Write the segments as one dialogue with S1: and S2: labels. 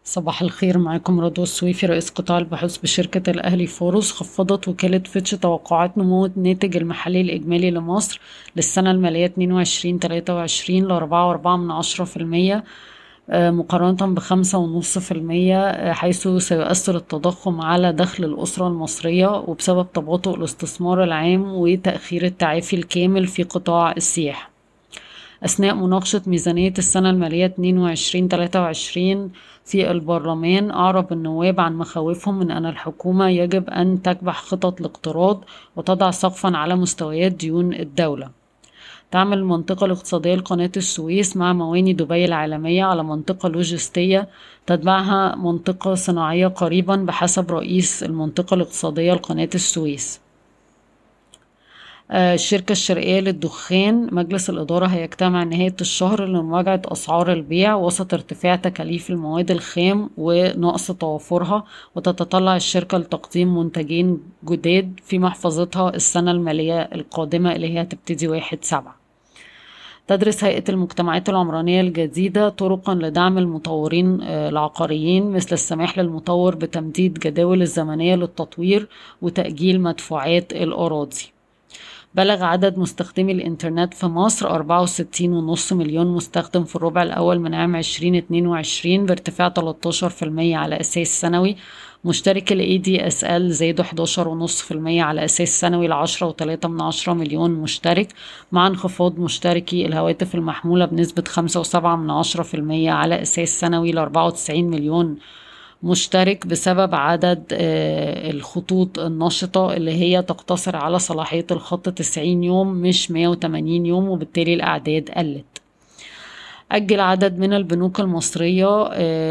S1: صباح الخير، معاكم رضوى السويفي رئيس قطاع البحوث بشركة الأهلي فورس. خفضت وكالة فيتش توقعات نمو الناتج المحلي الإجمالي لمصر للسنة المالية 22-23 ل4.4%، مقارنة ب5.5%، حيث سيؤثر التضخم على دخل الأسرة المصرية وبسبب تباطؤ الاستثمار العام وتأخير التعافي الكامل في قطاع السياحة. أثناء مناقشة ميزانية السنة المالية 22-23 في البرلمان، أعرب النواب عن مخاوفهم من أن الحكومة يجب أن تكبح خطط الاقتراض وتضع سقفا على مستويات ديون الدولة. تعمل المنطقة الاقتصادية لقناة السويس مع مواني دبي العالمية على منطقة لوجستية تتبعها منطقة صناعية قريبا بحسب رئيس المنطقة الاقتصادية لقناة السويس. الشركة الشرقية للدخان، مجلس الإدارة هيجتمع نهاية الشهر لمراجعة أسعار البيع وسط ارتفاع تكاليف المواد الخام ونقص توافرها، وتتطلع الشركة لتقديم منتجين جداد في محفظتها السنة المالية القادمة اللي هي هتبتدي 1/7. تدرس هيئة المجتمعات العمرانية الجديدة طرقا لدعم المطورين العقاريين، مثل السماح للمطور بتمديد جداول الزمنية للتطوير وتأجيل مدفوعات الأراضي. بلغ عدد مستخدمي الإنترنت في مصر 64.5 مليون مستخدم في الربع الأول من عام 2022، بارتفاع 13% على أساس سنوي. مشترك ال ADSL زادوا 11.5% على أساس سنوي ل10.3 مليون مشترك، مع انخفاض مشتركي الهواتف المحمولة بنسبة 5.7% على أساس سنوي ل94 مليون مشترك، بسبب عدد الخطوط النشطة اللي هي تقتصر على صلاحية الخط 90 يوم مش 180 يوم، وبالتالي الأعداد قلت. أجل عدد من البنوك المصرية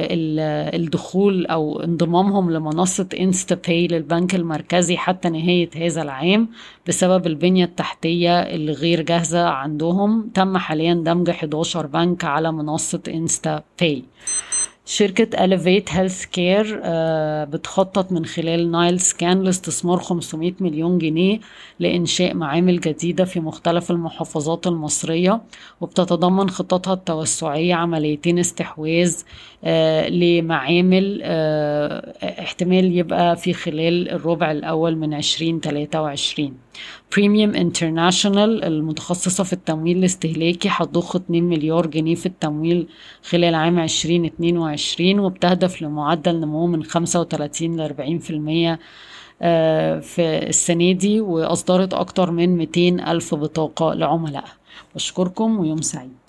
S1: الدخول أو انضمامهم لمنصة انستا باي للبنك المركزي حتى نهاية هذا العام بسبب البنية التحتية اللي غير جاهزة عندهم. تم حاليا دمج 11 بنك على منصة انستا باي. شركة Elevate Healthcare بتخطط من خلال نايل سكان لاستثمار 500 مليون جنيه لإنشاء معامل جديدة في مختلف المحافظات المصرية، وبتتضمن خططها التوسعية عمليتين استحواذ لمعامل احتمال يبقى في خلال الربع الأول من 2023. بريميوم انترناشونال المتخصصة في التمويل الاستهلاكي هتضخ 2 مليار جنيه في التمويل خلال عام 2022، وبتهدف لمعدل نمو من 35 ل 40% في السنة دي، وأصدرت أكتر من 200 ألف بطاقة لعملائها. بشكركم ويوم سعيد.